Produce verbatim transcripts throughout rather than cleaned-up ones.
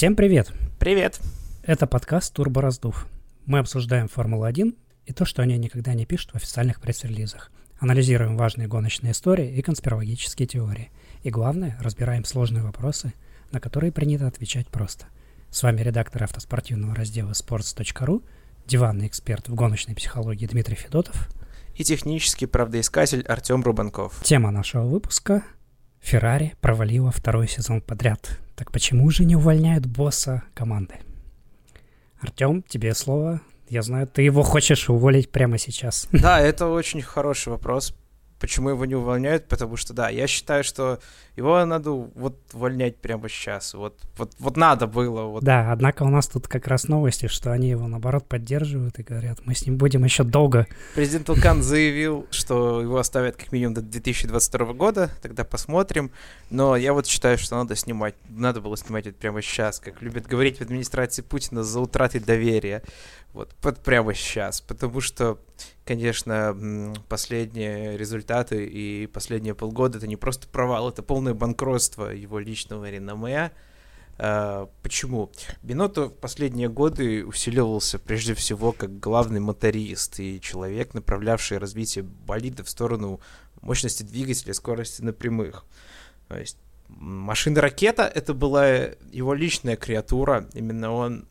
Всем привет! Привет! Это подкаст «Турбо Раздув». Мы обсуждаем Формулу один и то, что они никогда не пишут в официальных пресс-релизах. Анализируем важные гоночные истории и конспирологические теории. И главное, разбираем сложные вопросы, на которые принято отвечать просто. С вами редактор автоспортивного раздела sports точка ru, диванный эксперт в гоночной психологии Дмитрий Федотов и технический правдоискатель Артем Рубанков. Тема нашего выпуска – Феррари провалила второй сезон подряд. Так почему же не увольняют босса команды? Артем, тебе слово. Я знаю, ты его хочешь уволить прямо сейчас. Да, это очень хороший вопрос. Почему его не увольняют? Потому что, да, я считаю, что его надо вот увольнять прямо сейчас. Вот, вот, вот надо было. Вот. Да, однако у нас тут как раз новости, что они его, наоборот, поддерживают и говорят, мы с ним будем еще долго. Президент Вулкан заявил, что его оставят как минимум до две тысячи двадцать второго года, тогда посмотрим. Но я вот считаю, что надо снимать, надо было снимать это прямо сейчас, как любят говорить в администрации Путина, за утратой доверия. Вот, вот прямо сейчас, потому что, конечно, последние результаты и последние полгода — это не просто провал, это полное банкротство его личного реноме. А, почему? Бинотто в последние годы усиливался прежде всего как главный моторист и человек, направлявший развитие болида в сторону мощности двигателя, скорости на прямых. То есть машина-ракета — это была его личная креатура, именно он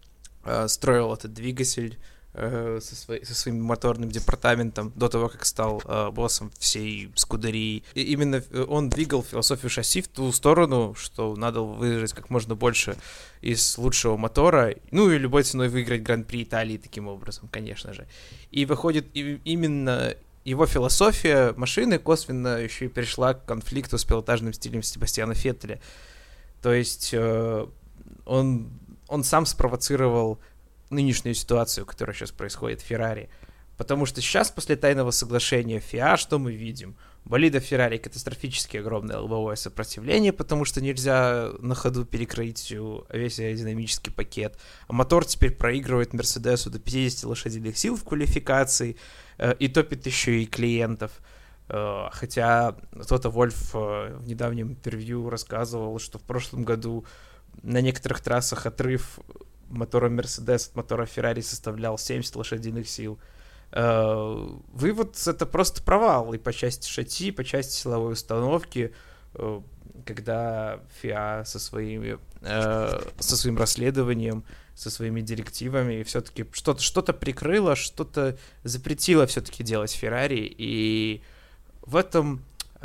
строил этот двигатель э, со, своей, со своим моторным департаментом до того, как стал э, боссом всей Скудерии. И именно он двигал философию шасси в ту сторону, что надо выжать как можно больше из лучшего мотора, ну и любой ценой выиграть Гран-при Италии таким образом, конечно же. И выходит, и, именно его философия машины косвенно еще и перешла к конфликту с пилотажным стилем Себастьяна Феттеля. То есть э, он... Он сам спровоцировал нынешнюю ситуацию, которая сейчас происходит в Феррари. Потому что сейчас, после тайного соглашения эф и эй, что мы видим? У болида Феррари катастрофически огромное лобовое сопротивление, потому что нельзя на ходу перекроить весь аэродинамический пакет. А мотор теперь проигрывает Мерседесу до пятьдесят лошадиных сил в квалификации и топит еще и клиентов. Хотя Тото Вольф в недавнем интервью рассказывал, что в прошлом году на некоторых трассах отрыв мотора Mercedes от мотора Ferrari составлял семьдесят лошадиных сил. Вывод — это просто провал и по части шасси, и по части силовой установки, когда эф и эй со, своими, со своим расследованием, со своими директивами все-таки что-то, что-то прикрыло, что-то запретило все-таки делать Ferrari, и в этом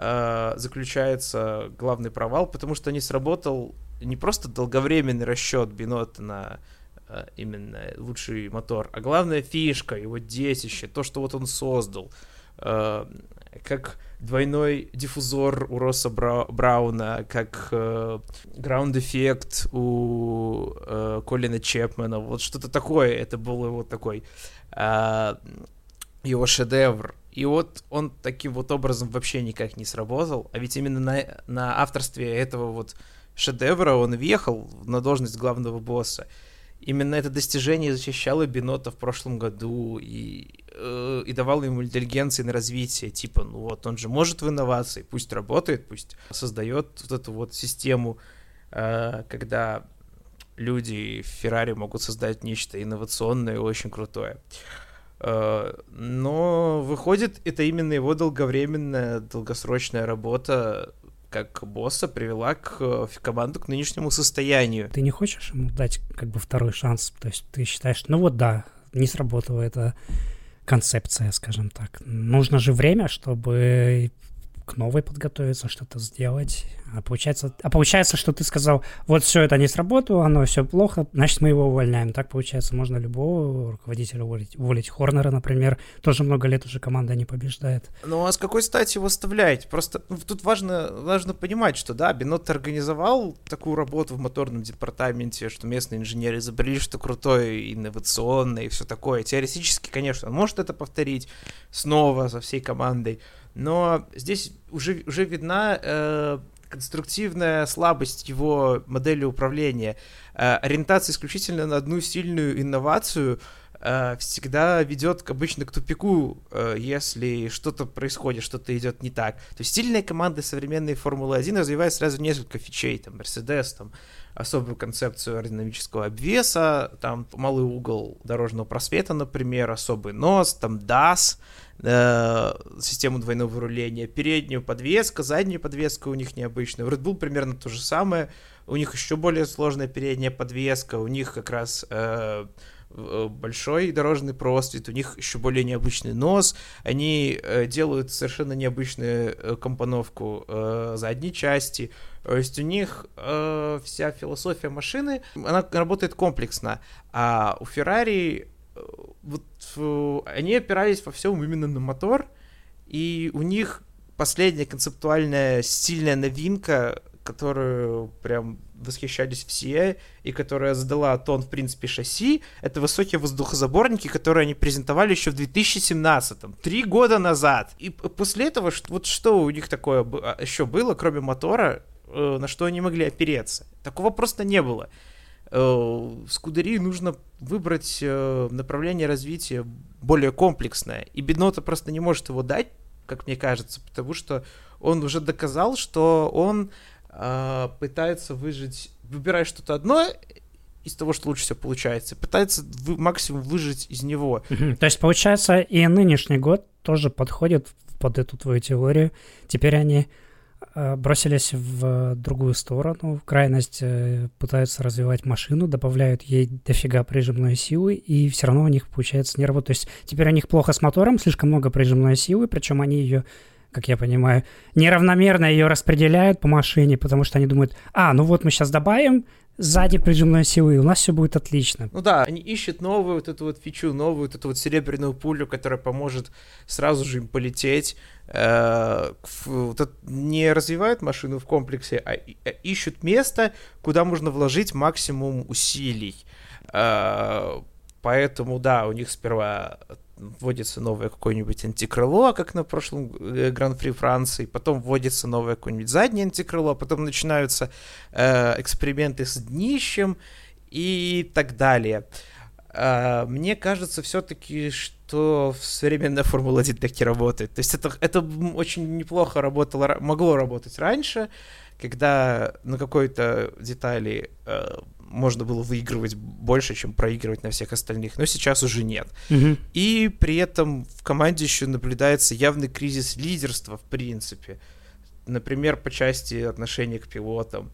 заключается главный провал, потому что не сработал не просто долговременный расчет Бинотто на э, именно лучший мотор, а главная фишка, его детище, то, что вот он создал, э, как двойной диффузор у Росса Бра- Брауна, как э, граунд-эффект у э, Колина Чепмена, вот что-то такое, это был его такой э, его шедевр. И вот он таким вот образом вообще никак не сработал, а ведь именно на, на авторстве этого вот шедевра он въехал на должность главного босса. Именно это достижение защищало Бинотто в прошлом году и, э, и давало ему интеллигенции на развитие. Типа, ну вот, он же может в инновации, пусть работает, пусть создает вот эту вот систему, э, когда люди в Феррари могут создать нечто инновационное и очень крутое. Э, но выходит, это именно его долговременная, долгосрочная работа как босса привела к команду к нынешнему состоянию. Ты не хочешь ему дать как бы второй шанс? То есть ты считаешь, ну вот да, не сработала эта концепция, скажем так. Нужно же время, чтобы к новой подготовиться, что-то сделать. А получается, а получается, что ты сказал, вот все это не сработало, оно все плохо, значит, мы его увольняем. Так получается, можно любого руководителя уволить. Уволить Хорнера, например, тоже много лет уже команда не побеждает. Ну а с какой стати его оставлять? Просто ну, тут важно, важно понимать, что да, Бинотто организовал такую работу в моторном департаменте, что местные инженеры изобрели что-то крутое, инновационное и все такое. Теоретически, конечно, он может это повторить снова со всей командой, но здесь уже, уже видна э, конструктивная слабость его модели управления. Э, ориентация исключительно на одну сильную инновацию э, всегда ведет обычно к тупику, э, если что-то происходит, что-то идет не так. То есть стильные команды современной Формулы один развивают сразу несколько фичей. Там Mercedes, там особую концепцию аэродинамического обвеса, там малый угол дорожного просвета, например, особый нос, там дас, э, систему двойного руления, переднюю подвеску, заднюю подвеску у них необычная. В Red Bull примерно то же самое. У них еще более сложная передняя подвеска, у них как раз э, большой дорожный просвет, у них еще более необычный нос, они э, делают совершенно необычную э, компоновку э, задней части, то есть у них э, вся философия машины, она работает комплексно, а у Ferrari э, вот, э, они опирались во всем именно на мотор, и у них последняя концептуальная стильная новинка, которую прям восхищались все, и которая задала тон, в принципе, шасси, это высокие воздухозаборники, которые они презентовали еще в две тысячи семнадцатом, три года назад. И после этого, вот что у них такое еще было, кроме мотора, на что они могли опереться? Такого просто не было. Скудерии нужно выбрать направление развития более комплексное, и Бинотто просто не может его дать, как мне кажется, потому что он уже доказал, что он пытается выжить, выбирая что-то одно из того, что лучше всего получается, пытается вы, максимум выжить из него. Uh-huh. То есть, получается, и нынешний год тоже подходит под эту твою теорию. Теперь они э, бросились в другую сторону, в крайность э, пытаются развивать машину, добавляют ей дофига прижимной силы, и все равно у них, получается, не работает. То есть, теперь у них плохо с мотором, слишком много прижимной силы, причем они ее, как я понимаю, неравномерно ее распределяют по машине, потому что они думают, а, ну вот мы сейчас добавим сзади прижимной силы, и у нас все будет отлично. Ну да, они ищут новую вот эту вот фичу, новую вот эту вот серебряную пулю, которая поможет сразу же им полететь. Не развивают машину в комплексе, а ищут место, куда можно вложить максимум усилий. Поэтому, да, у них сперва вводится новое какое-нибудь антикрыло, как на прошлом Гран-при Франции, потом вводится новое какое-нибудь заднее антикрыло, потом начинаются э, эксперименты с днищем и так далее. Э, мне кажется все-таки, что современная Формула один так и работает. То есть это, это очень неплохо работало, могло работать раньше, когда на какой-то детали э, можно было выигрывать больше, чем проигрывать на всех остальных, но сейчас уже нет. Угу. И при этом в команде еще наблюдается явный кризис лидерства, в принципе. Например, по части отношения к пилотам.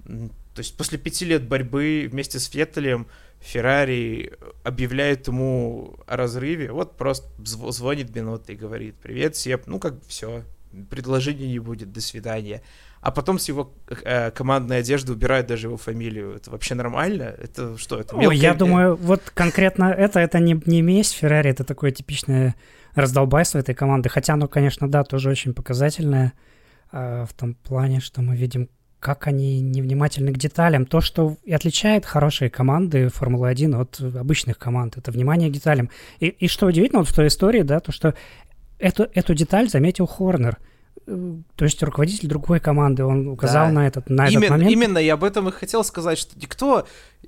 То есть после пяти лет борьбы вместе с Феттелем Феррари объявляет ему о разрыве. Вот просто звонит Бинотто и говорит: «Привет, Сеп, ну как все, предложений не будет, до свидания». А потом с его э, командной одежды убирают даже его фамилию. Это вообще нормально? Это что? Это мелкая... Ой, я думаю, вот конкретно это, это не, не месть Феррари, это такое типичное раздолбайство этой команды. Хотя оно, конечно, да, тоже очень показательное э, в том плане, что мы видим, как они невнимательны к деталям. То, что и отличает хорошие команды Формулы один от обычных команд, это внимание к деталям. И, и что удивительно, вот в той истории, да, то, что эту, эту деталь заметил Хорнер. То есть руководитель другой команды, он указал да. на этот, на именно, этот момент. Именно, я об этом и хотел сказать, что никто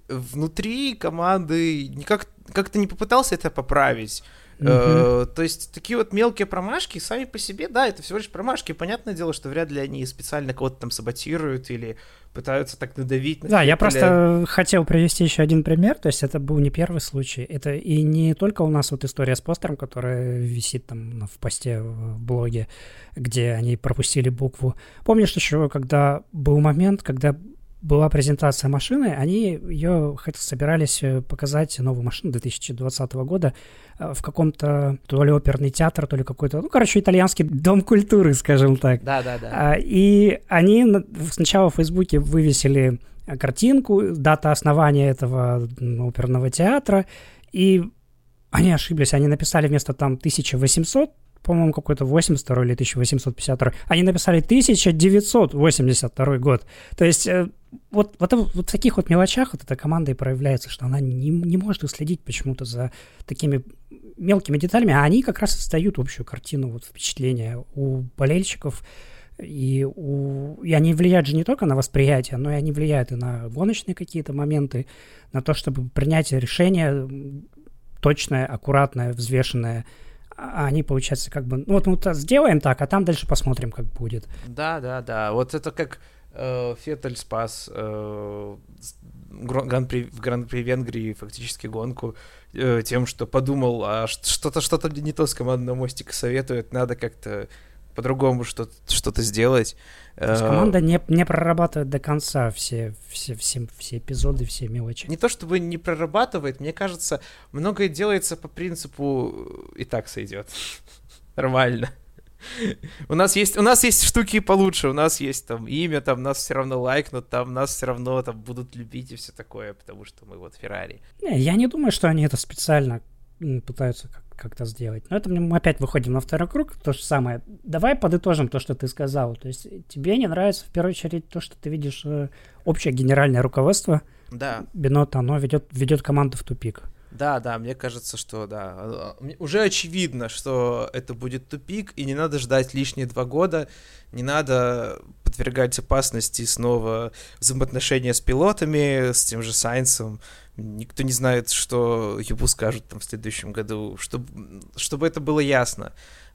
внутри команды никак, как-то не попытался это поправить. Uh-huh. Э, то есть такие вот мелкие промашки сами по себе, да, это всего лишь промашки. Понятное дело, что вряд ли они специально кого-то там саботируют или пытаются так надавить. На да, я просто хотел привести еще один пример. То есть это был не первый случай. Это и не только у нас вот история с постером, которая висит там в посте в блоге, где они пропустили букву. Помнишь еще, когда был момент, когда была презентация машины, они ее собирались показать, новую машину две тысячи двадцатого года, в каком-то то ли оперный театр, то ли какой-то, ну, короче, итальянский дом культуры, скажем так. Да-да-да. И они сначала в Фейсбуке вывесили картинку, дата основания этого оперного театра, и они ошиблись, они написали вместо там тысяча восемьсот, по-моему, какой-то восемьдесят второй или тысяча восемьсот пятьдесят второй. Они написали тысяча девятьсот восемьдесят второй год. То есть вот, вот, вот в таких вот мелочах вот эта команда и проявляется, что она не, не может уследить почему-то за такими мелкими деталями, а они как раз создают общую картину, вот впечатления у болельщиков. И, у... и они влияют же не только на восприятие, но и они влияют и на гоночные какие-то моменты, на то, чтобы принять решение точное, аккуратное, взвешенное. А они, получается, как бы... Ну, вот мы сделаем так, а там дальше посмотрим, как будет. Да, да, да. Вот это как э, Феттель спас э, гран-при, в Гран-при Венгрии фактически гонку э, тем, что подумал, а что-то, что-то не то с командного мостика советует, надо как-то по-другому что-то, что-то сделать. То есть команда не, не прорабатывает до конца все, все, все, все эпизоды, все мелочи. Не то чтобы не прорабатывает, мне кажется, многое делается по принципу «и так сойдет». Нормально. У нас есть, у нас есть штуки получше, у нас есть там имя, там нас все равно лайкнут, там нас все равно там будут любить и все такое, потому что мы вот Феррари. Не, я не думаю, что они это специально пытаются как- как-то сделать. Но это мы опять выходим на второй круг, то же самое. Давай подытожим то, что ты сказал. То есть тебе не нравится в первую очередь то, что ты видишь э, общее генеральное руководство. Да. Бинотто, оно ведет, ведет команду в тупик. Да, да, мне кажется, что да. Уже очевидно, что это будет тупик, и не надо ждать лишние два года, не надо подвергать опасности снова взаимоотношения с пилотами, с тем же Сайнсом. Никто не знает, что ему скажут там в следующем году, чтобы, чтобы это было ясно.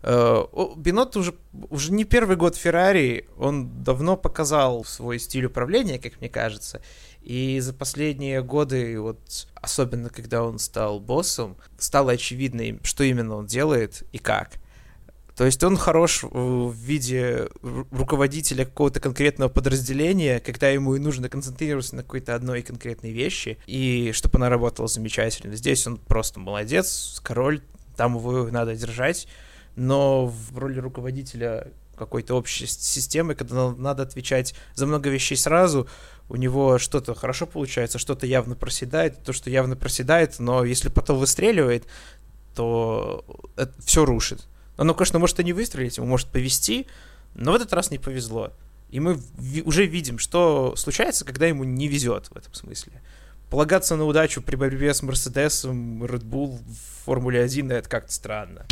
Бинотто уже, уже не первый год Феррари, он давно показал свой стиль управления, как мне кажется, и за последние годы, вот особенно когда он стал боссом, стало очевидно, что именно он делает и как. То есть он хорош в виде руководителя какого-то конкретного подразделения, когда ему и нужно концентрироваться на какой-то одной конкретной вещи, и чтобы она работала замечательно. Здесь он просто молодец, король, там его надо держать, но в роли руководителя какой-то общей системы, когда надо отвечать за много вещей сразу, у него что-то хорошо получается, что-то явно проседает, то, что явно проседает, но если потом выстреливает, то это все рушит. Оно, конечно, может и не выстрелить, ему может повезти, но в этот раз не повезло. И мы ви- уже видим, что случается, когда ему не везет в этом смысле. Полагаться на удачу при борьбе с Мерседесом, Red Bull в Формуле один — это как-то странно.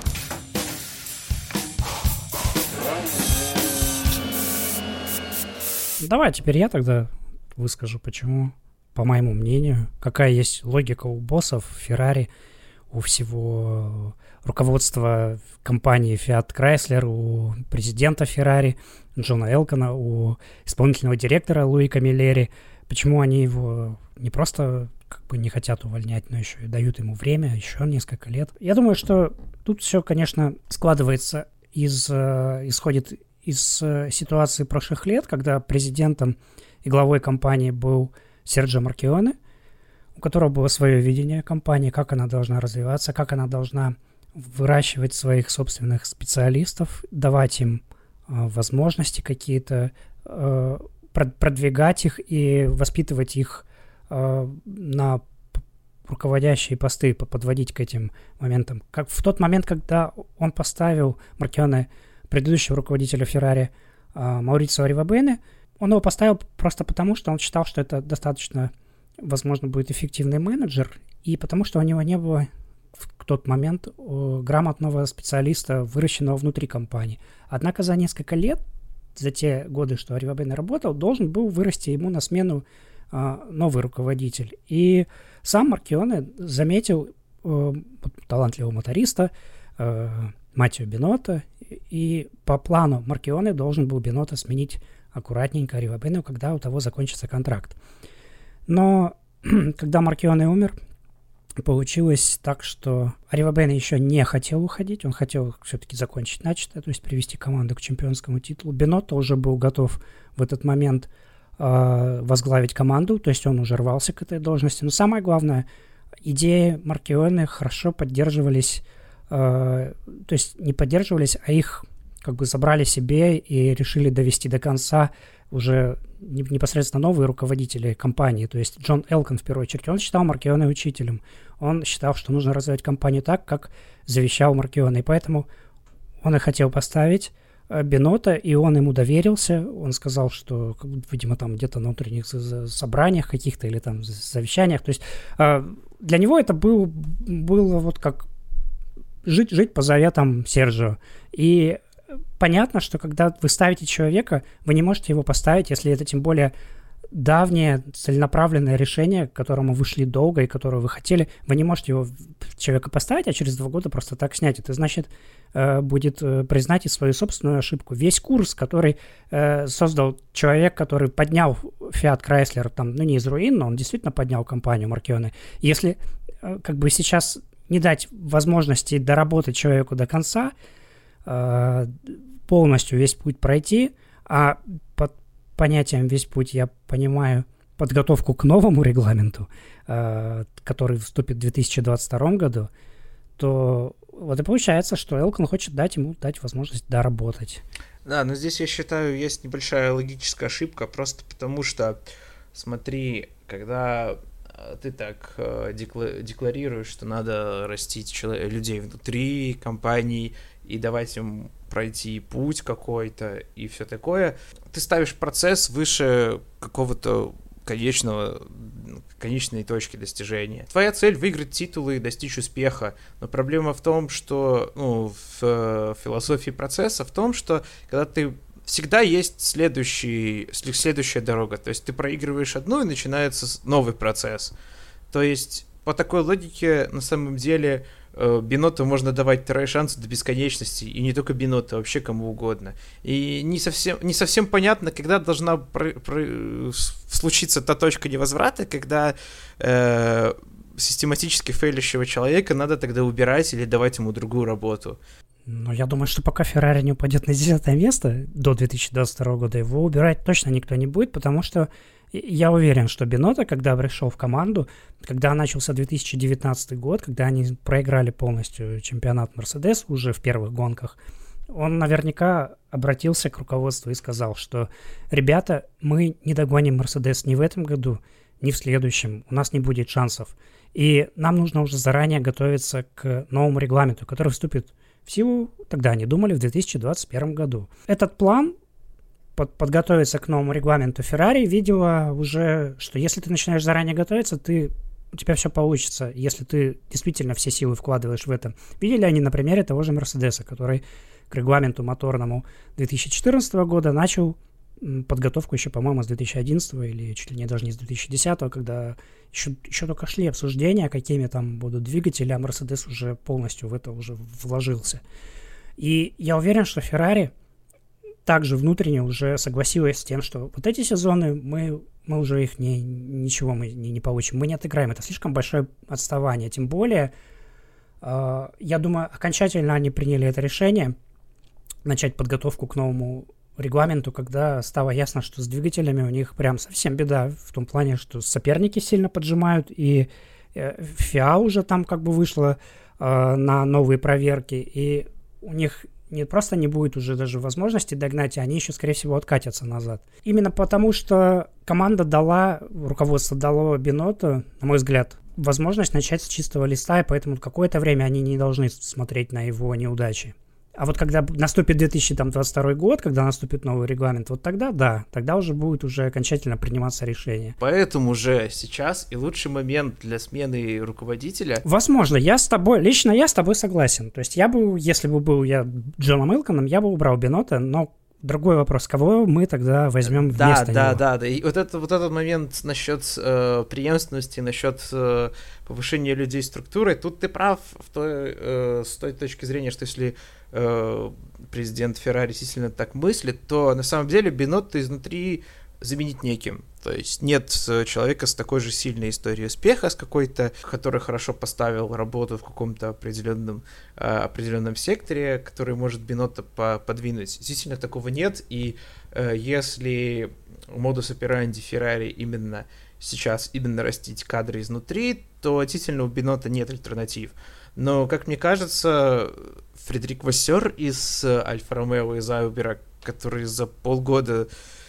Давай теперь я тогда выскажу, почему, по моему мнению, какая есть логика у боссов Феррари, у всего руководства компании Fiat Chrysler, у президента Феррари Джона Элкана, у исполнительного директора Луи Камилleri. Почему они его не просто как бы не хотят увольнять, но еще и дают ему время, еще несколько лет. Я думаю, что тут все, конечно, складывается из, исходит из ситуации прошлых лет, когда президентом и главой компании был Серджио Марчионе, у которого было свое видение компании, как она должна развиваться, как она должна выращивать своих собственных специалистов, давать им э, возможности какие-то, э, продвигать их и воспитывать их э, на руководящие посты, подводить к этим моментам. Как в тот момент, когда он поставил Марчионе, предыдущего руководителя Феррари, э, Маурицио Аривабене, он его поставил просто потому, что он считал, что это достаточно, возможно, будет эффективный менеджер, и потому что у него не было в тот момент грамотного специалиста, выращенного внутри компании. Однако за несколько лет, за те годы, что Аривабене работал, должен был вырасти ему на смену а, новый руководитель. И сам Марчионе заметил а, талантливого моториста а, Маттио Бинотто, и по плану Марчионе должен был Бинотто сменить аккуратненько Аривабене, когда у того закончится контракт. Но когда Марчионе умер, получилось так, что Аривабене еще не хотел уходить, он хотел все-таки закончить начатое, то есть привести команду к чемпионскому титулу. Бинотто уже был готов в этот момент э, возглавить команду, то есть он уже рвался к этой должности. Но самое главное, идеи Марчионе хорошо поддерживались, э, то есть не поддерживались, а их как бы забрали себе и решили довести до конца уже непосредственно новые руководители компании. То есть Джон Элкан, в первую очередь, он считал Марчионе учителем. Он считал, что нужно развивать компанию так, как завещал Марчионе. И поэтому он и хотел поставить Бинотто, и он ему доверился. Он сказал, что, видимо, там где-то на внутренних собраниях каких-то или там завещаниях. То есть для него это был, было вот как жить, жить по заветам Серджио. И понятно, что когда вы ставите человека, вы не можете его поставить, если это тем более давнее целенаправленное решение, к которому вы шли долго и которое вы хотели. Вы не можете его человека поставить, а через два года просто так снять. Это значит, будет признать и свою собственную ошибку. Весь курс, который создал человек, который поднял Fiat Chrysler, там, ну не из руин, но он действительно поднял компанию Маркионе. Если как бы сейчас не дать возможности доработать человеку до конца, полностью весь путь пройти, а под понятием «весь путь» я понимаю подготовку к новому регламенту, который вступит в две тысячи двадцать втором году, то вот и получается, что Элкон хочет дать ему дать возможность доработать. Да, но здесь, я считаю, есть небольшая логическая ошибка, просто потому что, смотри, когда ты так декларируешь, что надо растить человек, людей внутри компании и давать им пройти путь какой-то и все такое, ты ставишь процесс выше какого-то конечного, конечной точки достижения. Твоя цель — выиграть титулы и достичь успеха, но проблема в том, что, ну, в философии процесса в том, что когда ты всегда есть следующий, следующая дорога, то есть ты проигрываешь одну и начинается новый процесс. То есть по такой логике на самом деле Бинотто можно давать второй шанс до бесконечности, и не только Бинотто, а вообще кому угодно. И не совсем, не совсем понятно, когда должна про, про, случиться та точка невозврата, когда э, систематически фейлищего человека надо тогда убирать или давать ему другую работу. Ну, я думаю, что пока Феррари не упадет на десятое место до две тысячи двадцать второго года, его убирать точно никто не будет, потому что я уверен, что Бинотто, когда пришел в команду, когда начался две тысячи девятнадцатый год, когда они проиграли полностью чемпионат Мерседес уже в первых гонках, он наверняка обратился к руководству и сказал, что «Ребята, мы не догоним Мерседес ни в этом году, ни в следующем, у нас не будет шансов. И нам нужно уже заранее готовиться к новому регламенту, который вступит в силу, тогда они думали, в две тысячи двадцать первом году». Этот план под, подготовиться к новому регламенту Феррари видела уже, что если ты начинаешь заранее готовиться, ты, у тебя все получится, если ты действительно все силы вкладываешь в это. Видели они на примере того же Мерседеса, который к регламенту моторному две тысячи четырнадцатого года начал подготовку еще, по-моему, с две тысячи одиннадцатого или чуть ли не даже не с две тысячи десятого, когда еще, еще только шли обсуждения, какими там будут двигатели, а Мерседес уже полностью в это уже вложился. И я уверен, что Феррари также внутренне уже согласилась с тем, что вот эти сезоны мы, мы уже их не, ничего мы не, не получим, мы не отыграем. Это слишком большое отставание. Тем более, э, я думаю, окончательно они приняли это решение начать подготовку к новому регламенту, когда стало ясно, что с двигателями у них прям совсем беда, в том плане, что соперники сильно поджимают, и э, ФИА уже там как бы вышла э, на новые проверки, и у них не просто не будет уже даже возможности догнать, а они еще, скорее всего, откатятся назад. Именно потому, что команда дала, руководство дало Бинотто, на мой взгляд, возможность начать с чистого листа, и поэтому какое-то время они не должны смотреть на его неудачи. А вот когда наступит две тысячи двадцать второй год, когда наступит новый регламент, вот тогда, да, тогда уже будет уже окончательно приниматься решение. Поэтому же сейчас и лучший момент для смены руководителя. Возможно, я с тобой, лично я с тобой согласен. То есть я бы, если бы был я Джоном Элконом, я бы убрал Бинотто, но другой вопрос, кого мы тогда возьмем да, вместо да, него? Да, да, да. И вот, это, вот этот момент насчет э, преемственности, насчет э, повышения людей структурой, тут ты прав в той, э, с той точки зрения, что если э, президент Феррари действительно так мыслит, то на самом деле Бинотто изнутри заменить неким. То есть нет человека с такой же сильной историей успеха, с какой-то, который хорошо поставил работу в каком-то определенном, э, определенном секторе, который может Бинотто по- подвинуть. Действительно такого нет, и э, если модус операнди Феррари именно сейчас именно растить кадры изнутри, то действительно у Бинотто нет альтернатив. Но, как мне кажется, Фредерик Вассер из Альфа-Ромео и Заубера, который за полгода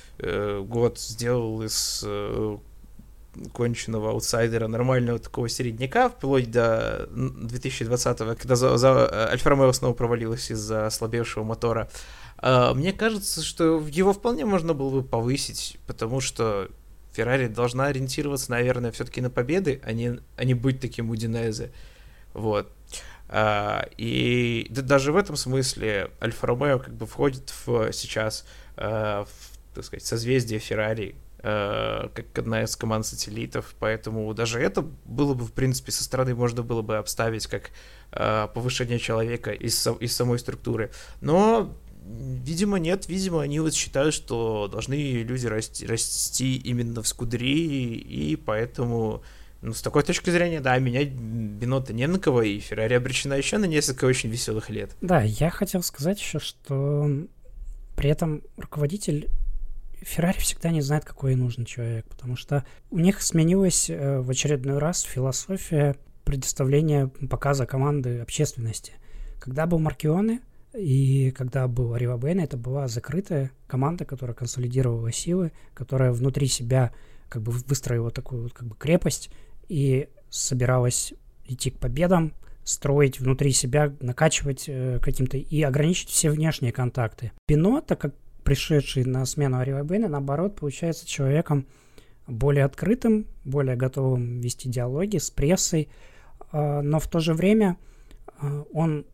год сделал из э, конченного аутсайдера нормального такого середняка, вплоть до две тысячи двадцатого, когда за, за Альфа-Ромео снова провалилась из-за ослабевшего мотора. Э, мне кажется, что его вполне можно было бы повысить, потому что Феррари должна ориентироваться, наверное, все-таки на победы, а не, а не быть таким Удинезе. Вот. Uh, и да, даже в этом смысле Альфа-Ромео как бы входит в, сейчас uh, в, так сказать, созвездие Феррари, э, как одна из команд сателлитов, поэтому даже это было бы, в принципе, со стороны можно было бы обставить как э, повышение человека из, из самой структуры. Но, видимо, нет, видимо, они вот считают, что должны люди расти, расти именно в Скудерии, и поэтому... Ну, с такой точки зрения, да, менять Бинотто не на кого, и Феррари обречена еще на несколько очень веселых лет. Да, я хотел сказать еще, что при этом руководитель Феррари всегда не знает, какой ей нужен человек, потому что у них сменилась э, в очередной раз философия предоставления показа команды общественности. Когда был Маркионе и когда был Арривабене, это была закрытая команда, которая консолидировала силы, которая внутри себя как бы выстроила такую как бы крепость и собиралась идти к победам, строить внутри себя, накачивать э, каким-то и ограничить все внешние контакты. Бинотто, как пришедший на смену Арривабене, наоборот, получается человеком более открытым, более готовым вести диалоги с прессой, э, но в то же время э, он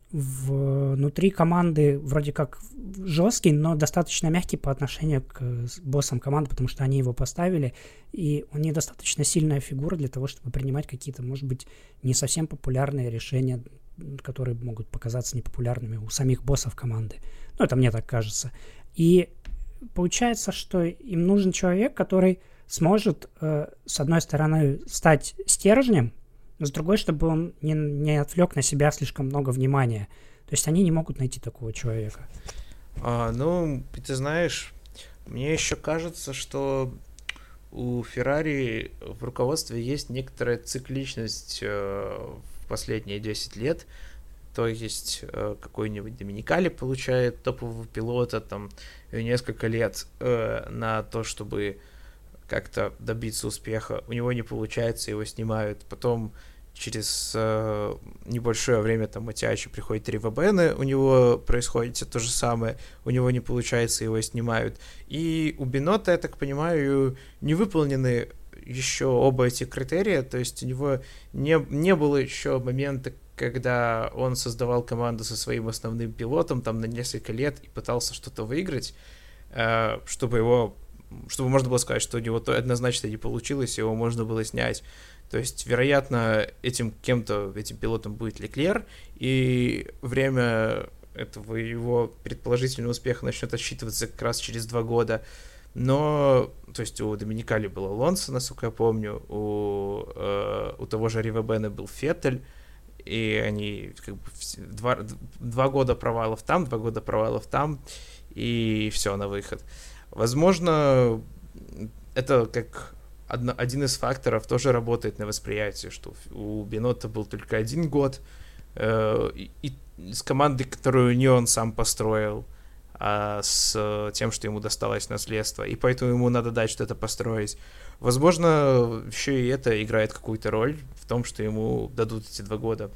внутри команды вроде как жесткий, но достаточно мягкий по отношению к боссам команды, потому что они его поставили, и он недостаточно сильная фигура для того, чтобы принимать какие-то, может быть, не совсем популярные решения, которые могут показаться непопулярными у самих боссов команды. Ну, это мне так кажется. И получается, что им нужен человек, который сможет, э, с одной стороны, стать стержнем, но с другой, чтобы он не, не отвлек на себя слишком много внимания. То есть они не могут найти такого человека. А, ну, ты знаешь, мне еще кажется, что у Феррари в руководстве есть некоторая цикличность э, в последние десять лет. То есть э, какой-нибудь Доминикали получает топового пилота там несколько лет э, на то, чтобы как-то добиться успеха. У него не получается, его снимают. Потом через э, небольшое время там Матиачи приходит Арривабене, у него происходит все то же самое, у него не получается, его снимают. И у Бинотто, я так понимаю, не выполнены еще оба эти критерия, то есть у него не, не было еще момента, когда он создавал команду со своим основным пилотом там на несколько лет и пытался что-то выиграть, э, чтобы его чтобы можно было сказать, что у него то однозначно не получилось, его можно было снять. То есть, вероятно, этим кем-то, этим пилотом будет Леклер, и время этого его предположительного успеха начнет отсчитываться как раз через два года. Но, то есть, у Доминикали был Алонсо, насколько я помню, у, э, у того же Арривабене был Феттель, и они как бы два, два года провалов там, два года провалов там, и все, на выход. Возможно, это как одно, один из факторов тоже работает на восприятие, что у Бинотто был только один год, э, и, и с командой, которую не он сам построил, а с тем, что ему досталось наследство, и поэтому ему надо дать что-то построить. Возможно, еще и это играет какую-то роль в том, что ему дадут эти два года.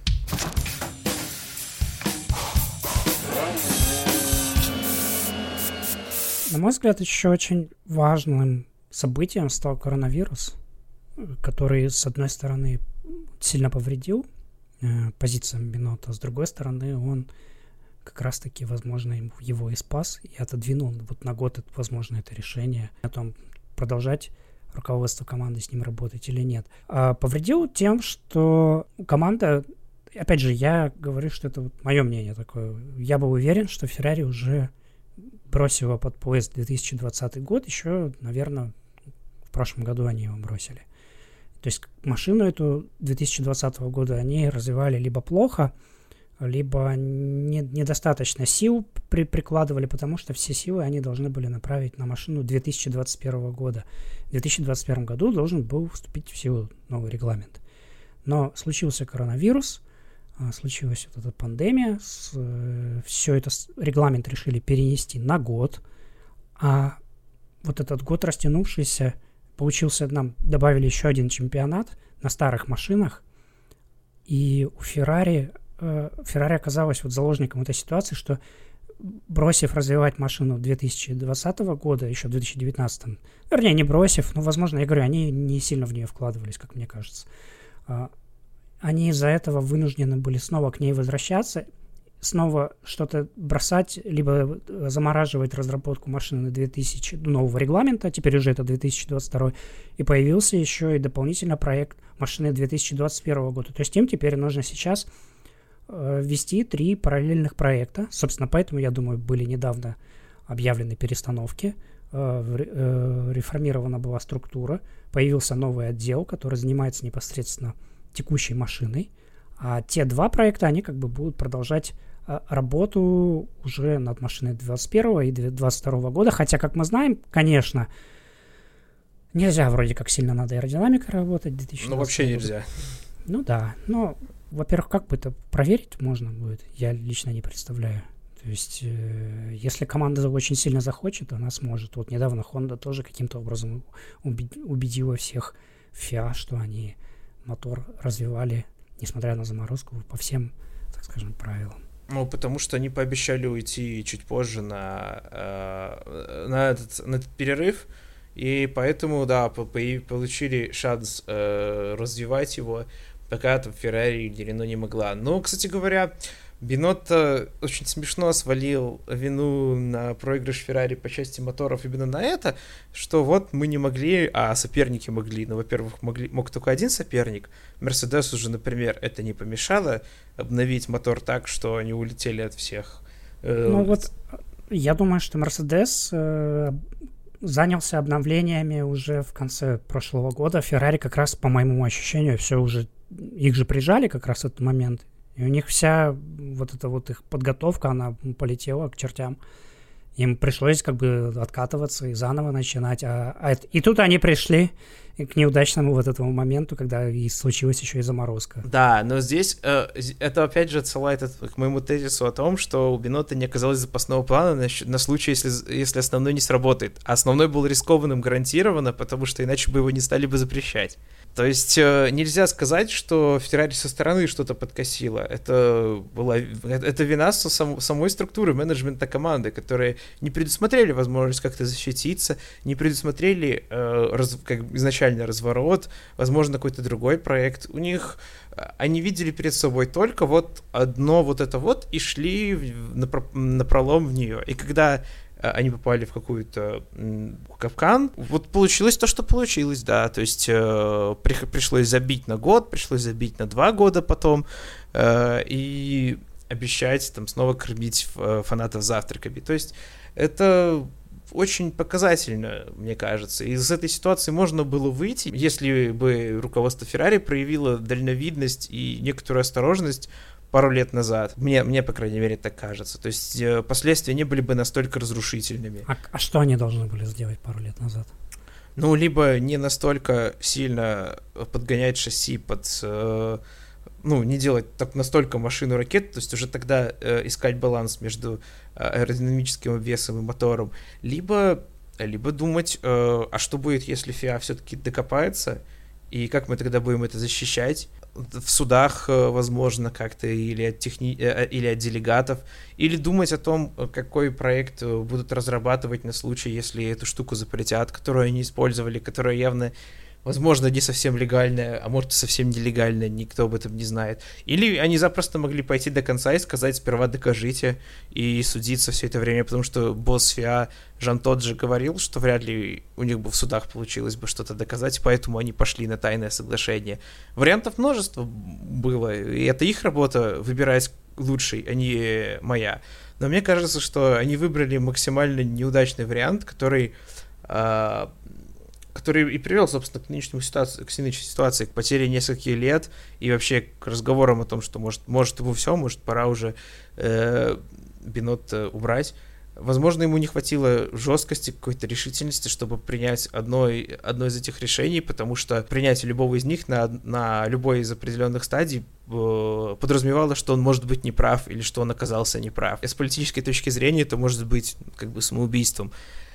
На мой взгляд, еще очень важным событием стал коронавирус, который, с одной стороны, сильно повредил э, позициям Бинотто, а с другой стороны, он как раз-таки, возможно, его и спас, и отодвинул вот на год, возможно, это решение о том, продолжать руководство команды с ним работать или нет. А повредил тем, что команда, опять же, я говорю, что это вот мое мнение такое, я был уверен, что Феррари уже бросила под поезд две тысячи двадцатый год, еще, наверное, в прошлом году они его бросили. То есть машину эту две тысячи двадцатого года они развивали либо плохо, либо не, недостаточно сил при, прикладывали, потому что все силы они должны были направить на машину две тысячи двадцать первого года. В две тысячи двадцать первом году должен был вступить в силу новый регламент. Но случился коронавирус, случилась вот эта пандемия, с, э, все это регламент решили перенести на год, а вот этот год растянувшийся, получился, нам добавили еще один чемпионат на старых машинах, и у Феррари, э, Феррари оказалась вот заложником этой ситуации, что бросив развивать машину две тысячи двадцатого года, еще в две тысячи девятнадцатом, вернее, не бросив, но, возможно, я говорю, они не сильно в нее вкладывались, как мне кажется, они из-за этого вынуждены были снова к ней возвращаться, снова что-то бросать, либо замораживать разработку машины две тысячи нового регламента, теперь уже это две тысячи двадцать второй, и появился еще и дополнительно проект машины две тысячи двадцать первого года. То есть им теперь нужно сейчас э, ввести три параллельных проекта. Собственно, поэтому, я думаю, были недавно объявлены перестановки, э, э, реформирована была структура, появился новый отдел, который занимается непосредственно текущей машиной, а те два проекта, они как бы будут продолжать работу уже над машиной двадцать первого и двадцать второго года, хотя, как мы знаем, конечно, нельзя вроде как сильно над аэродинамикой работать. Ну, вообще нельзя. Ну да, но, во-первых, как бы это проверить можно будет, я лично не представляю. То есть, э, если команда очень сильно захочет, она сможет. Вот недавно Honda тоже каким-то образом убедила всех эф и эй, что они мотор развивали, несмотря на заморозку, по всем, так скажем, правилам. Ну, потому что они пообещали уйти чуть позже на, э, на, этот, на этот перерыв, и поэтому, да, по- по- получили шанс э, развивать его, пока там Ferrari или Renault не могла. Но, кстати говоря, Бинотто очень смешно свалил вину на проигрыш Ferrari по части моторов именно на это, что вот мы не могли, а соперники могли. Ну, во-первых, могли, мог только один соперник. Mercedes уже, например, это не помешало обновить мотор так, что они улетели от всех. Ну вот, я думаю, что Mercedes э, занялся обновлениями уже в конце прошлого года. Ferrari как раз, по моему ощущению, все уже, их же прижали как раз в этот момент. И у них вся вот эта вот их подготовка, она полетела к чертям. Им пришлось как бы откатываться и заново начинать. А, а, и тут они пришли к неудачному вот этому моменту, когда и случилась еще и заморозка. Да, но здесь э, это опять же отсылает к моему тезису о том, что у Бинотто не оказалось запасного плана на, на случай, если, если основной не сработает. А основной был рискованным гарантированно, потому что иначе бы его не стали бы запрещать. То есть э, нельзя сказать, что Ferrari со стороны что-то подкосило. Это была это вина сам, самой структуры менеджмента команды, которые не предусмотрели возможность как-то защититься, не предусмотрели э, раз, как изначально разворот, возможно, какой-то другой проект. У них они видели перед собой только вот одно вот это вот и шли в, на, на пролом в нее. И когда они попали в какую-то м, капкан, вот получилось то, что получилось, да, то есть э, при, пришлось забить на год, пришлось забить на два года потом, э, и обещать там снова кормить фанатов завтраками, то есть это очень показательно, мне кажется. Из этой ситуации можно было выйти, если бы руководство Ferrari проявило дальновидность и некоторую осторожность пару лет назад. Мне, мне, по крайней мере, так кажется. То есть э, последствия не были бы настолько разрушительными. А, а что они должны были сделать пару лет назад? Ну, либо не настолько сильно подгонять шасси под... Э, ну, не делать так настолько машину ракет, то есть уже тогда э, искать баланс между аэродинамическим весом и мотором, либо, либо думать, э, а что будет, если эф и эй все-таки докопается, и как мы тогда будем это защищать в судах, возможно, как-то, или от, техни... или от делегатов, или думать о том, какой проект будут разрабатывать на случай, если эту штуку запретят, которую они использовали, которая явно, возможно, не совсем легальная, а может и совсем нелегальная, никто об этом не знает. Или они запросто могли пойти до конца и сказать, сперва докажите, и судиться все это время, потому что босс эф и эй Жан Тод же говорил, что вряд ли у них бы в судах получилось бы что-то доказать, поэтому они пошли на тайное соглашение. Вариантов множество было, и это их работа выбирать лучший, а не моя. Но мне кажется, что они выбрали максимально неудачный вариант, который... Э- который и привел, собственно, к нынешней ситуации, к нынешней ситуации, к потере нескольких лет и вообще к разговорам о том, что может, может ему все, может пора уже э, Бинотто убрать. Возможно, ему не хватило жесткости, какой-то решительности, чтобы принять одно, одно из этих решений, потому что принятие любого из них на, на любой из определенных стадий э, подразумевало, что он может быть неправ или что он оказался неправ. И с политической точки зрения это может быть как бы самоубийством.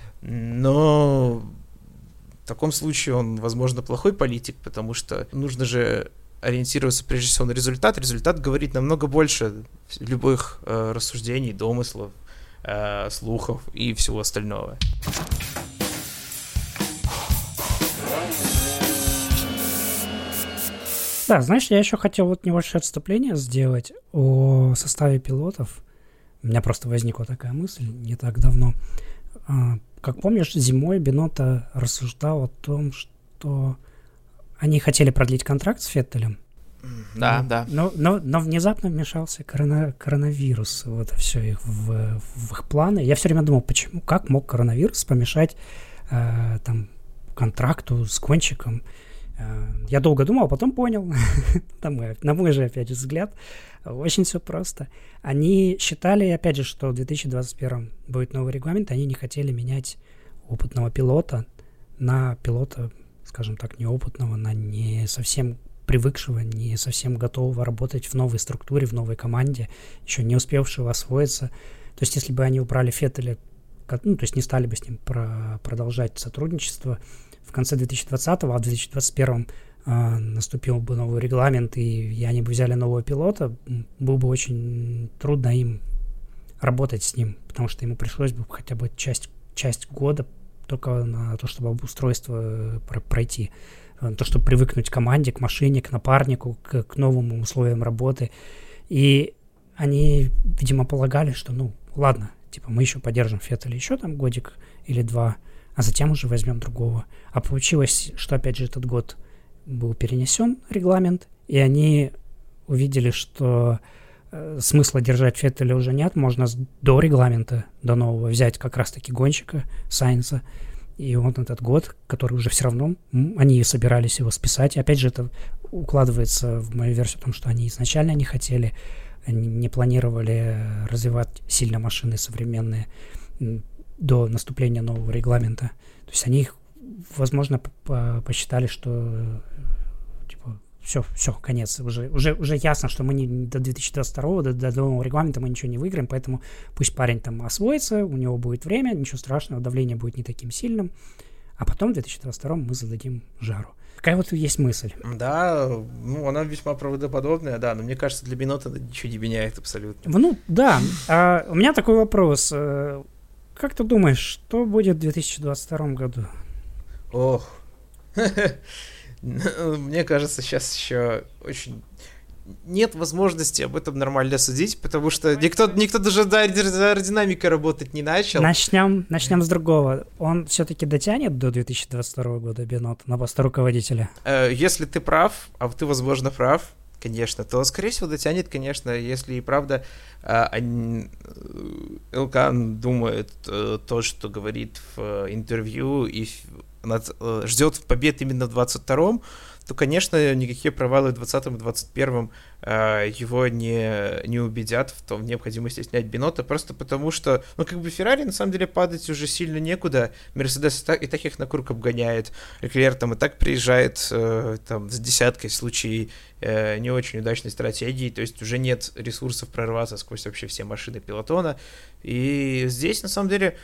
Но... В таком случае он, возможно, плохой политик, потому что нужно же ориентироваться прежде всего на результат. Результат говорит намного больше любых э, рассуждений, домыслов, э, слухов и всего остального. Да, знаешь, я еще хотел вот небольшое отступление сделать о составе пилотов. У меня просто возникла такая мысль не так давно. Как помнишь, зимой Бинотто рассуждал о том, что они хотели продлить контракт с Феттелем. Да, но, да. Но, но, но внезапно вмешался корона, коронавирус в это все их, в, в их планы. Я все время думал, почему, как мог коронавирус помешать э, там, контракту с гонщиком. Э, я долго думал, а потом понял, на, мой, на мой же, опять же, взгляд, очень все просто. Они считали, опять же, что в две тысячи двадцать первом будет новый регламент, они не хотели менять опытного пилота на пилота, скажем так, неопытного, на не совсем привыкшего, не совсем готового работать в новой структуре, в новой команде, еще не успевшего освоиться. То есть, если бы они убрали Феттеля, ну, то есть не стали бы с ним про- продолжать сотрудничество, в конце две тысячи двадцатого, а в две тысячи двадцать первом э, наступил бы новый регламент, и, и они бы взяли нового пилота, было бы очень трудно им работать с ним, потому что ему пришлось бы хотя бы часть, часть года только на то, чтобы обустройство пройти. То, чтобы привыкнуть к команде, к машине, к напарнику, к, к новым условиям работы. И они, видимо, полагали, что, ну, ладно, типа, мы еще поддержим Феттеля еще там годик или два, а затем уже возьмем другого. А получилось, что, опять же, этот год был перенесен регламент, и они увидели, что э, смысла держать Феттеля уже нет, можно до регламента, до нового, взять как раз-таки гонщика Сайнса. И вот этот год, который уже все равно, они собирались его списать. И опять же, это укладывается в мою версию о том, что они изначально не хотели, они не планировали развивать сильно машины современные до наступления нового регламента. То есть они, возможно, посчитали, что типа, все, все, конец. Уже, уже, уже ясно, что мы не, до две тысячи двадцать второго, до, до нового регламента мы ничего не выиграем, поэтому пусть парень там освоится, у него будет время, ничего страшного, давление будет не таким сильным, а потом в две тысячи двадцать втором мы зададим жару. Такая вот есть мысль. Да, ну, она весьма правдоподобная, да, но мне кажется, для Бинотто это ничего не меняет абсолютно. Ну, да. А у меня такой вопрос. Как ты думаешь, что будет в две тысячи двадцать втором году? Ох, мне кажется, сейчас еще очень нет возможности об этом нормально судить, потому что никто, никто даже за аэродинамикой работать не начал. Начнем, начнем с другого. Он все-таки дотянет до две тысячи двадцать второго года Бинотто на пост руководителя? Если ты прав, а ты, возможно, прав, конечно, то, скорее всего, дотянет, конечно, если и правда Элкан думает то, что говорит в интервью, и ждет побед именно в двадцать втором, то, конечно, никакие провалы в двадцатом и двадцать первом э, его не, не убедят в том в необходимости снять Бинотто, просто потому что, ну, как бы Феррари, на самом деле, падать уже сильно некуда, Мерседес и так, и так их на курк обгоняет, Леклер там и так приезжает э, там с десяткой случаев э, не очень удачной стратегии, то есть уже нет ресурсов прорваться сквозь вообще все машины пилотона, и здесь, на самом деле,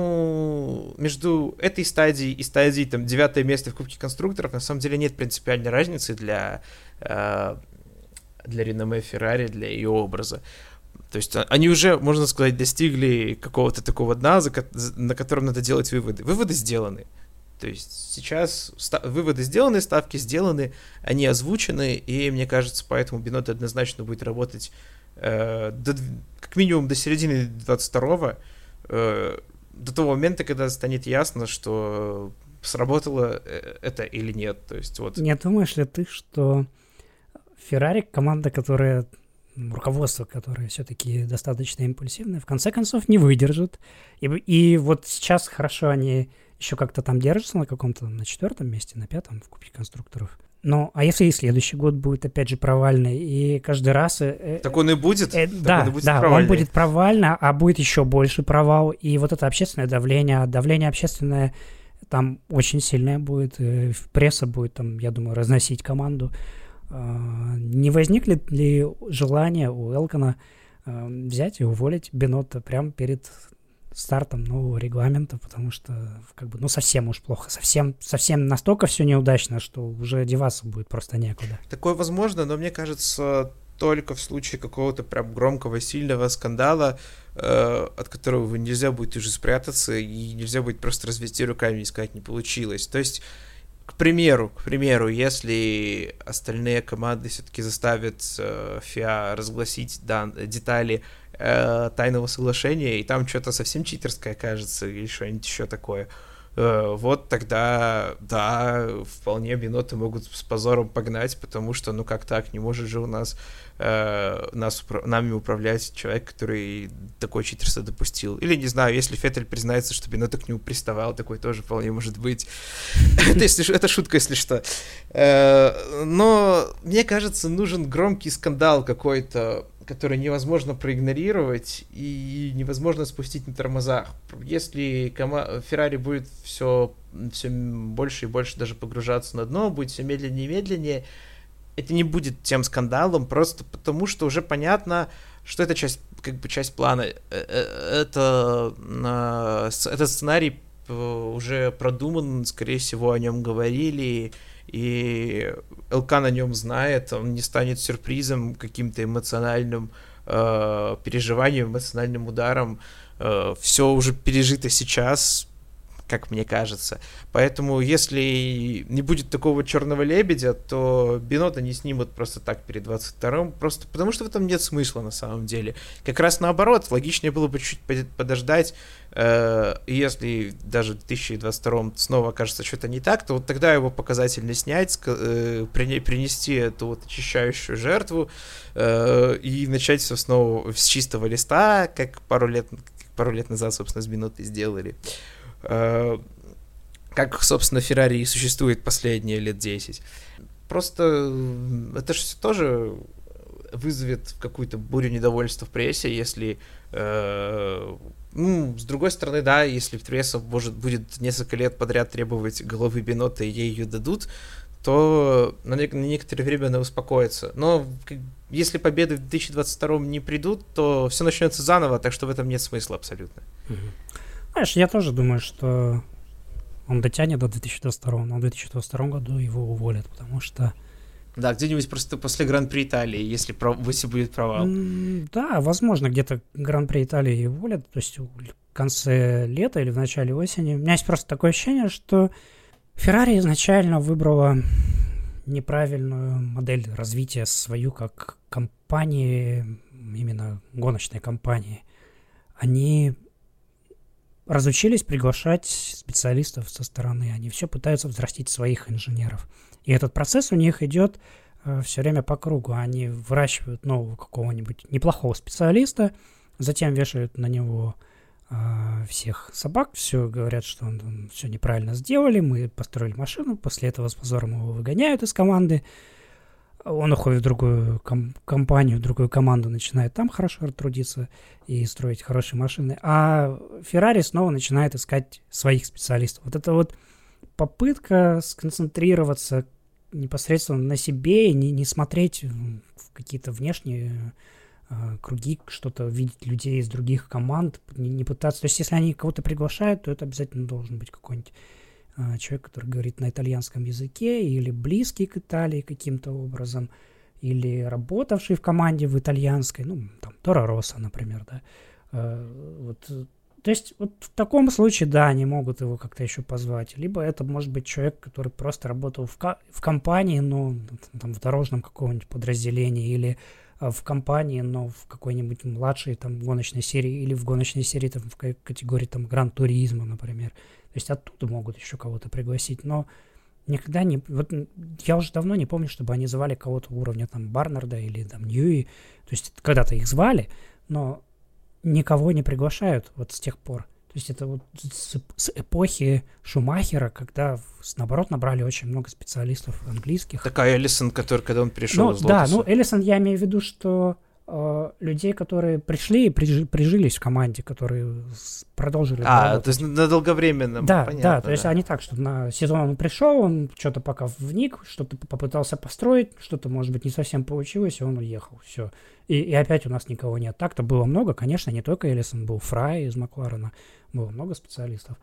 ну, между этой стадией и стадией, там, девятое место в Кубке конструкторов, на самом деле нет принципиальной разницы для, э, для реноме Феррари, для ее образа. То есть они уже, можно сказать, достигли какого-то такого дна, за, на котором надо делать выводы. Выводы сделаны. То есть сейчас ста- выводы сделаны, ставки сделаны, они озвучены, и мне кажется, поэтому Бинотто однозначно будет работать э, до, как минимум до середины двадцать второго, э, до того момента, когда станет ясно, что сработало это или нет. То есть вот. Не думаешь ли ты, что Феррари, команда, которая, руководство, которое все-таки достаточно импульсивное, в конце концов не выдержит. И, и вот сейчас хорошо они еще как-то там держатся на каком-то, на четвертом месте, на пятом в Кубке конструкторов. Ну, а если и следующий год будет, опять же, провальный, и каждый раз... Э, так он и будет. Э, да, он и будет да, провальный. Он будет провально, а будет еще больше провал. И вот это общественное давление, давление общественное там очень сильное будет. Э, пресса будет, там, я думаю, разносить команду. Э, не возникнет ли желание у Элкана э, взять и уволить Бинотто прямо перед стартом нового регламента, потому что, как бы, ну, совсем уж плохо, совсем, совсем настолько все неудачно, что уже деваться будет просто некуда. Такое возможно, но мне кажется, только в случае какого-то прям громкого, сильного скандала, э, от которого нельзя будет уже спрятаться, и нельзя будет просто развести руками и сказать, не получилось. То есть к примеру, к примеру, если остальные команды все-таки заставят э, эф и эй разгласить дан- детали э, тайного соглашения, и там что-то совсем читерское окажется, или что-нибудь еще такое, э, вот тогда, да, вполне биноты могут с позором погнать, потому что, ну как так, не может же у нас, э, нас нами управлять человек, который такое читерство допустил. Или, не знаю, если Феттель признается, что биноты к нему приставал, такой тоже вполне может быть. это, если, это шутка, если что. Э, но, мне кажется, нужен громкий скандал какой-то, который невозможно проигнорировать и невозможно спустить на тормозах. Если кома- Феррари будет все, все больше и больше даже погружаться на дно, будет все медленнее и медленнее, это не будет тем скандалом, просто потому что уже понятно, что это часть, как бы часть плана. Это, этот сценарий уже продуман, скорее всего, о нем говорили, и эл кей о нем знает, он не станет сюрпризом, каким-то эмоциональным э, переживанием, эмоциональным ударом. Э, все уже пережито сейчас, как мне кажется. Поэтому, если не будет такого черного лебедя, то Бинота не снимут просто так перед двадцать вторым, просто потому что в этом нет смысла на самом деле. Как раз наоборот, логичнее было бы чуть подождать, э, если даже в две тысячи двадцать втором снова окажется что-то не так, то вот тогда его показательно снять, э, принести эту вот очищающую жертву э, и начать все снова с чистого листа, как пару лет, как пару лет назад, собственно, с Бинотой сделали. Как, собственно, Феррари и существует последние лет десять. Просто это же тоже вызовет какую-то бурю недовольства в прессе, если... Э, ну, с другой стороны, да, если пресса может, будет несколько лет подряд требовать головы Бинота, и ей ее дадут, то на, не- на некоторое время она успокоится. Но как, если победы в две тысячи двадцать втором не придут, то все начнется заново, так что в этом нет смысла абсолютно. Знаешь, я тоже думаю, что он дотянет до две тысячи двадцать второго, но в две тысячи двадцать втором году его уволят, потому что... Да, где-нибудь просто после Гран-при Италии, если, про... если будет провал. М, Да, возможно, где-то Гран-при Италии уволят, то есть в конце лета или в начале осени. У меня есть просто такое ощущение, что Феррари изначально выбрала неправильную модель развития свою как компании, именно гоночной компании. Они разучились приглашать специалистов со стороны. Они все пытаются взрастить своих инженеров. И этот процесс у них идет э, все время по кругу. Они выращивают нового какого-нибудь неплохого специалиста, затем вешают на него э, всех собак, все говорят, что он, он все неправильно сделали, мы построили машину, после этого с позором его выгоняют из команды. Он уходит в другую ком- компанию, в другую команду, начинает там хорошо трудиться и строить хорошие машины. А Феррари снова начинает искать своих специалистов. Вот это вот попытка сконцентрироваться непосредственно на себе и не, не смотреть в какие-то внешние э, круги, что-то видеть людей из других команд, не, не пытаться. То есть если они кого-то приглашают, то это обязательно должен быть какой-нибудь человек, который говорит на итальянском языке, или близкий к Италии каким-то образом, или работавший в команде в итальянской, ну, там, Торо Россо, например, да. Э, вот, то есть вот в таком случае, да, они могут его как-то еще позвать. Либо это может быть человек, который просто работал в, ко- в компании, но там, в дорожном каком-нибудь подразделении, или э, в компании, но в какой-нибудь младшей там гоночной серии, или в гоночной серии там, в ка- категории там Гран-туризма, например. То есть оттуда могут еще кого-то пригласить, но никогда не... Вот я уже давно не помню, чтобы они звали кого-то уровня там Барнарда или там Ньюи. То есть когда-то их звали, но никого не приглашают вот с тех пор. То есть это вот с, с эпохи Шумахера, когда наоборот набрали очень много специалистов английских. Такая Эллисон, который, когда он пришел Ну, из Лотоса. да, ну Эллисон, я имею в виду, что э, людей, которые пришли и прижи, прижились в команде, которые с- продолжили А, работать. то есть на долговременном, Да, понятно, да, то есть да. они так, что на сезон он пришел, он что-то пока вник, что-то попытался построить, что-то, может быть, не совсем получилось, и он уехал, все. И, и опять у нас никого нет. Так-то было много, конечно, не только Эллисон, был Фрай из Макларена, было много специалистов.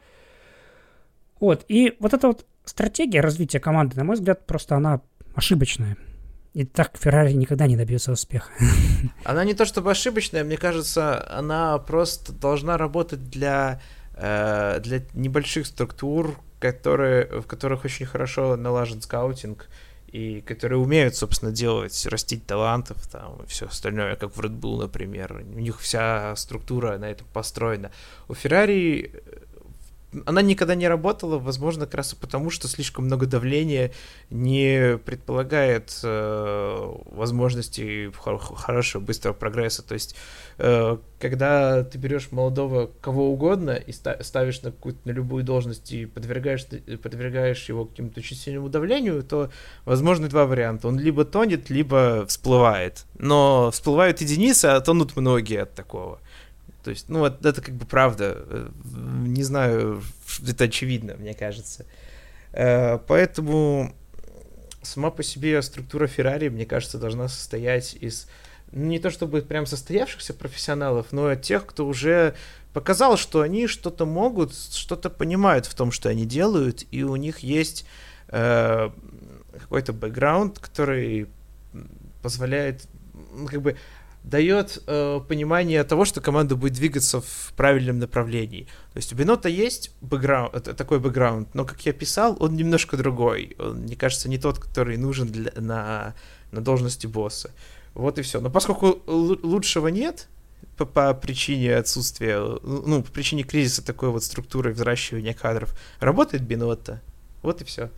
Вот, и вот эта вот стратегия развития команды, на мой взгляд, просто она ошибочная. И так Феррари никогда не добьется успеха. Она не то чтобы ошибочная, мне кажется, она просто должна работать для э, для небольших структур, которые, в которых очень хорошо налажен скаутинг, и которые умеют, собственно, делать, растить талантов, там, и все остальное, как в Red Bull, например. У них вся структура на этом построена. У Ferrari она никогда не работала, возможно, как раз и потому, что слишком много давления не предполагает э, возможности хор- хорошего, быстрого прогресса. То есть, э, когда ты берешь молодого кого угодно и ста- ставишь на какую-то, на любую должность и подвергаешь, подвергаешь его какому-то очень сильному давлению, то возможны два варианта. Он либо тонет, либо всплывает. Но всплывают единицы, а тонут многие от такого. То есть, ну, вот это как бы правда. Не знаю, это очевидно, мне кажется. Поэтому сама по себе структура Ferrari, мне кажется, должна состоять из, ну, не то чтобы прям состоявшихся профессионалов, но тех, кто уже показал, что они что-то могут, что-то понимают в том, что они делают, и у них есть э, какой-то бэкграунд, который позволяет, ну, как бы дает э, понимание того, что команда будет двигаться в правильном направлении. То есть у Бинотто есть бэкграунд, такой бэкграунд, но, как я писал, он немножко другой. Он, мне кажется, не тот, который нужен для, на, на должности босса. Вот и все. Но поскольку л- лучшего нет, по, по причине отсутствия, ну, по причине кризиса такой вот структуры взращивания кадров, работает Бинотто. Вот и все.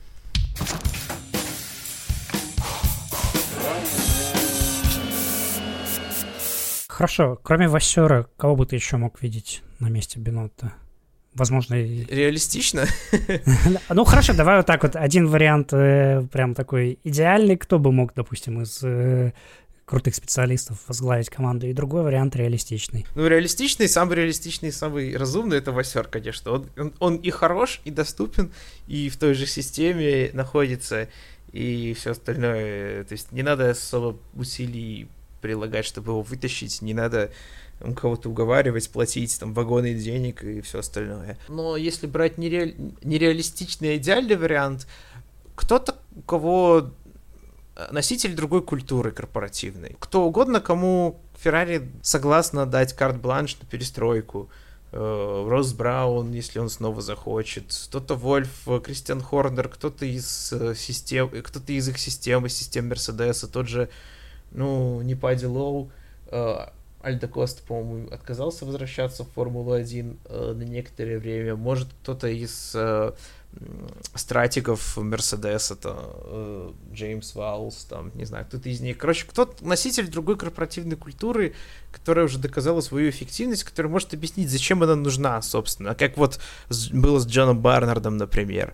Хорошо, кроме Вассера, кого бы ты еще мог видеть на месте Бинотто? Возможно... Реалистично? Ну, хорошо, давай вот так вот. Один вариант прям такой идеальный. Кто бы мог, допустим, из крутых специалистов возглавить команду, и другой вариант реалистичный. Ну, реалистичный, самый реалистичный, самый разумный — это Вассер, конечно. Он, он, он и хорош, и доступен, и в той же системе находится, и все остальное. То есть не надо особо усилий прилагать, чтобы его вытащить, не надо кого-то уговаривать, платить там вагоны денег и все остальное. Но если брать нере... нереалистичный идеальный вариант, кто-то, у кого носитель другой культуры корпоративной, кто угодно, кому Ferrari согласна дать карт-бланш на перестройку, Росс Браун, если он снова захочет, кто-то Вольф, Кристиан Хорнер, кто-то из систем, кто-то из их системы, систем Мерседеса, тот же, ну, не Падди Лоу, Альдо Коста, по-моему, отказался возвращаться в Формулу-один э, на некоторое время. Может, кто-то из э, стратегов Мерседеса, э, Джеймс Ваулс, там, не знаю, кто-то из них. Короче, кто-то носитель другой корпоративной культуры, которая уже доказала свою эффективность, которая может объяснить, зачем она нужна, собственно. Как вот было с Джоном Барнардом, например,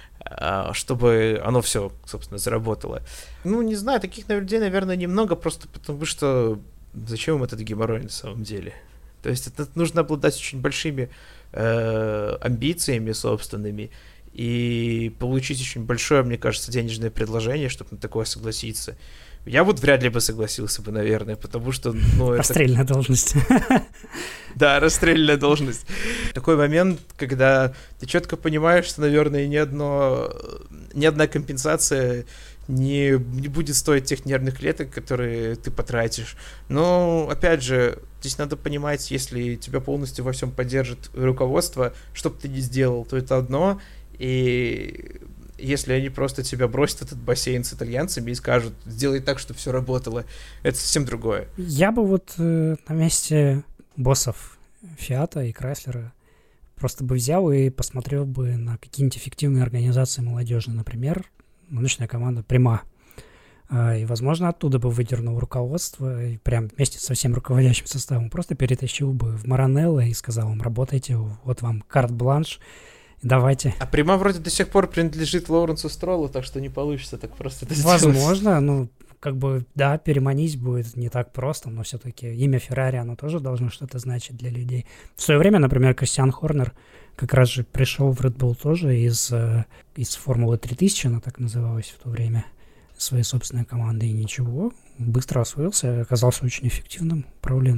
чтобы оно все, собственно, заработало. Ну, не знаю, таких людей, наверное, немного, просто потому что зачем им этот геморрой на самом деле? То есть это нужно обладать очень большими э, амбициями собственными и получить очень большое, мне кажется, денежное предложение, чтобы на такое согласиться. Я вот вряд ли бы согласился бы, наверное, потому что... Ну, расстрельная это... должность. Да, расстрельная должность. Такой момент, когда ты четко понимаешь, что, наверное, ни, одно, ни одна компенсация не, не будет стоить тех нервных клеток, которые ты потратишь. Но, опять же, здесь надо понимать, если тебя полностью во всем поддержит руководство, что бы ты ни сделал, то это одно, и если они просто тебя бросят в этот бассейн с итальянцами и скажут, сделай так, чтобы все работало, это совсем другое. Я бы вот э, на месте боссов Фиата и Крайслера просто бы взял и посмотрел бы на какие-нибудь эффективные организации молодежные, например, научная команда Прима. И, возможно, оттуда бы выдернул руководство и прям вместе со всем руководящим составом просто перетащил бы в Маранелло и сказал им, работайте, вот вам карт-бланш, давайте. А Прима вроде до сих пор принадлежит Лоуренсу Строллу, так что не получится так просто это сделать. Возможно, ну, как бы, да, переманить будет не так просто, но все-таки имя Феррари, оно тоже должно что-то значить для людей. В свое время, например, Кристиан Хорнер как раз же пришел в Red Bull тоже из, из Формулы три тысячи, она так называлась в то время, своей собственной команды, и ничего, быстро освоился, оказался очень эффективным управленцем в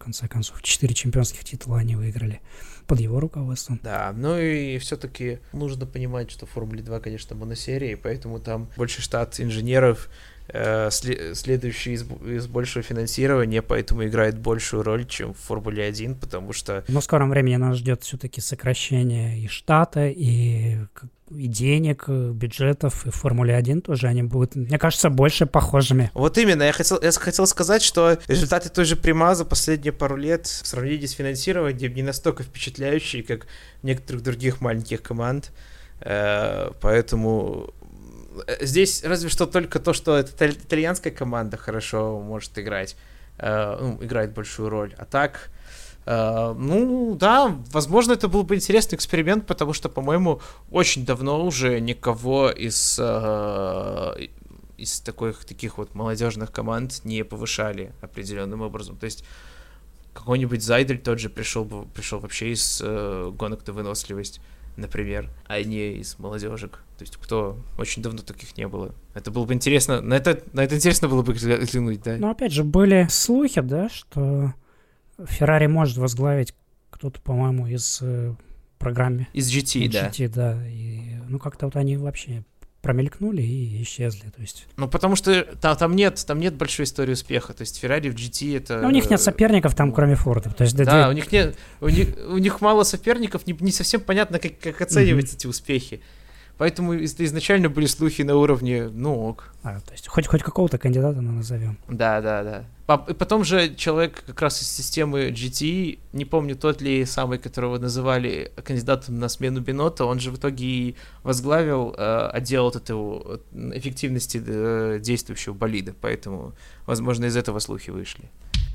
конце концов. Четыре чемпионских титула они выиграли под его руководством. Да, ну и все-таки нужно понимать, что в Формуле два, конечно, моносерия, поэтому там больше штат инженеров, э, след- следующий из, из большего финансирования, поэтому играет большую роль, чем в Формуле один, потому что... Но в скором времени нас ждет все-таки сокращение и штата, и, и денег, и бюджетов, и в Формуле один тоже они будут, мне кажется, больше похожими. Вот именно, я хотел, я хотел сказать, что результаты той же Прима за последние пару лет в сравнении с финансированием не настолько впечатляющие, как некоторых других маленьких команд, э, поэтому здесь разве что только то, что эта итальянская команда хорошо может играть, э, ну, играет большую роль, а так... Uh, ну, да, возможно, это был бы интересный эксперимент, потому что, по-моему, очень давно уже никого из, uh, из таких, таких вот молодежных команд не повышали определенным образом. То есть какой-нибудь Зайдель тот же пришел, бы, пришел вообще из uh, гонок на выносливость, например, а не из молодежек. То есть кто очень давно таких не было. Это было бы интересно, на это, на это интересно было бы взглянуть, да? Ну, опять же, были слухи, да, что... Феррари может возглавить кто-то, по-моему, из э, программы. Из джи ти, да. джи ти, да. И, ну, как-то вот они вообще промелькнули и исчезли, то есть... Ну, потому что там, там, нет, там нет большой истории успеха, то есть Феррари в джи ти это... Ну, у них нет соперников там, кроме Форда. То есть, да, да, у них нет, у них, у них мало соперников, не, не совсем понятно, как, как оценивать mm-hmm. эти успехи. Поэтому изначально были слухи на уровне, ну ок. А, то есть хоть, хоть какого-то кандидата мы назовем. Да, да, да. И потом же человек как раз из системы джи ти, не помню, тот ли самый, которого называли кандидатом на смену Бинотто, он же в итоге и возглавил э, отдел от этого эффективности э, действующего болида. Поэтому, возможно, из этого слухи вышли.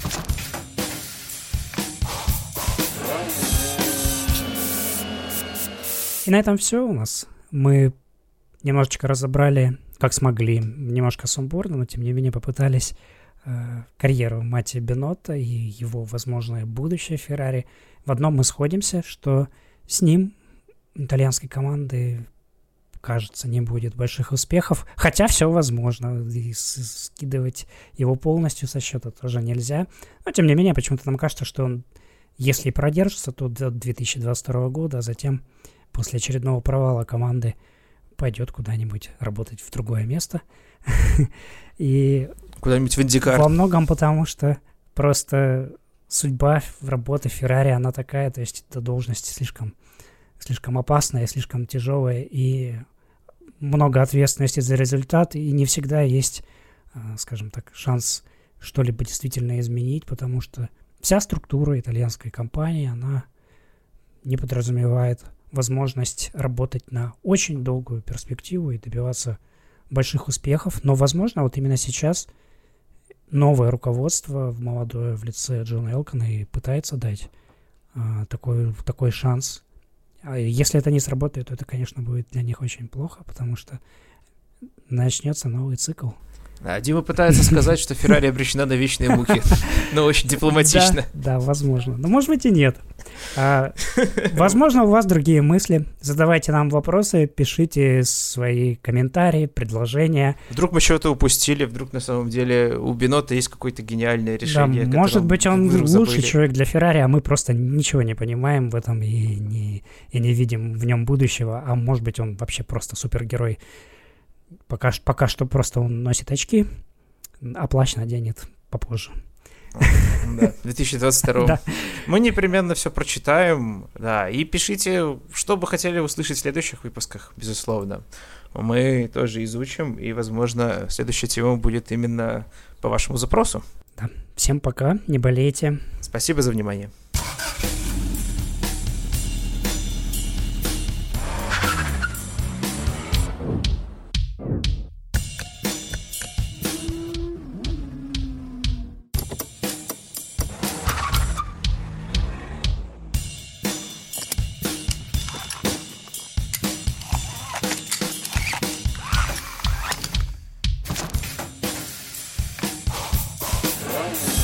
И на этом все у нас. Мы немножечко разобрали, как смогли, немножко сумбурно, но тем не менее попытались э, карьеру Маттио Бинотто и его возможное будущее в Феррари. В одном мы сходимся, что с ним итальянской команды, кажется, не будет больших успехов, хотя все возможно, и скидывать его полностью со счета тоже нельзя. Но тем не менее, почему-то нам кажется, что он, если и продержится, то до две тысячи двадцать второго года, а затем после очередного провала команды пойдет куда-нибудь работать в другое место. И куда-нибудь в Индикар. Во многом потому, что просто судьба работы Феррари, она такая, то есть эта должность слишком, слишком опасная, слишком тяжелая, и много ответственности за результат, и не всегда есть, скажем так, шанс что-либо действительно изменить, потому что вся структура итальянской компании, она не подразумевает возможность работать на очень долгую перспективу и добиваться больших успехов. Но, возможно, вот именно сейчас новое руководство в молодое в лице Джона Элкана и пытается дать а, такой, такой шанс. А если это не сработает, то это, конечно, будет для них очень плохо, потому что начнется новый цикл. А, Дима пытается сказать, что Феррари обречена на вечные муки, но очень дипломатично. Да, да, возможно. Но, может быть, и нет. А, возможно, у вас другие мысли. Задавайте нам вопросы, пишите свои комментарии, предложения. Вдруг мы что-то упустили, вдруг на самом деле у Бинотто есть какое-то гениальное решение. Да, может быть, он лучший человек для Феррари, а мы просто ничего не понимаем в этом и не, и не видим в нем будущего. А может быть, он вообще просто супергерой. Пока, пока что просто он носит очки, а плащ наденет попозже. Да, в две тысячи двадцать втором. Да. Мы непременно все прочитаем, да, и пишите, что бы хотели услышать в следующих выпусках, безусловно. Мы тоже изучим, и, возможно, следующая тема будет именно по вашему запросу. Да. Всем пока, не болейте. Спасибо за внимание. Right.